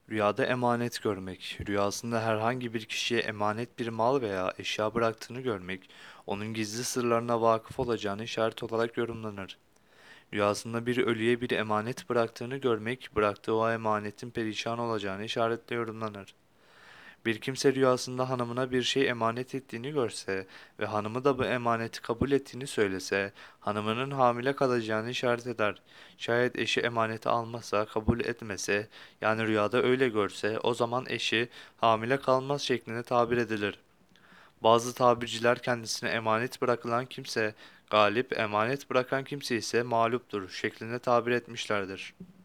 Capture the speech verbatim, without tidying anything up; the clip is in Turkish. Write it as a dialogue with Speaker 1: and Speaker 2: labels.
Speaker 1: Rüyada emanet görmek, rüyasında herhangi bir kişiye emanet bir mal veya eşya bıraktığını görmek, onun gizli sırlarına vakıf olacağını işaret olarak yorumlanır. Rüyasında bir ölüye bir emanet bıraktığını görmek, bıraktığı o emanetin perişan olacağını işaretle yorumlanır. Bir kimse rüyasında hanımına bir şey emanet ettiğini görse ve hanımı da bu emaneti kabul ettiğini söylese, hanımının hamile kalacağını işaret eder. Şayet eşi emaneti almazsa, kabul etmese, yani rüyada öyle görse, o zaman eşi hamile kalmaz şeklinde tabir edilir. Bazı tabirciler kendisine emanet bırakılan kimse galip, emanet bırakan kimse ise mağluptur şeklinde tabir etmişlerdir.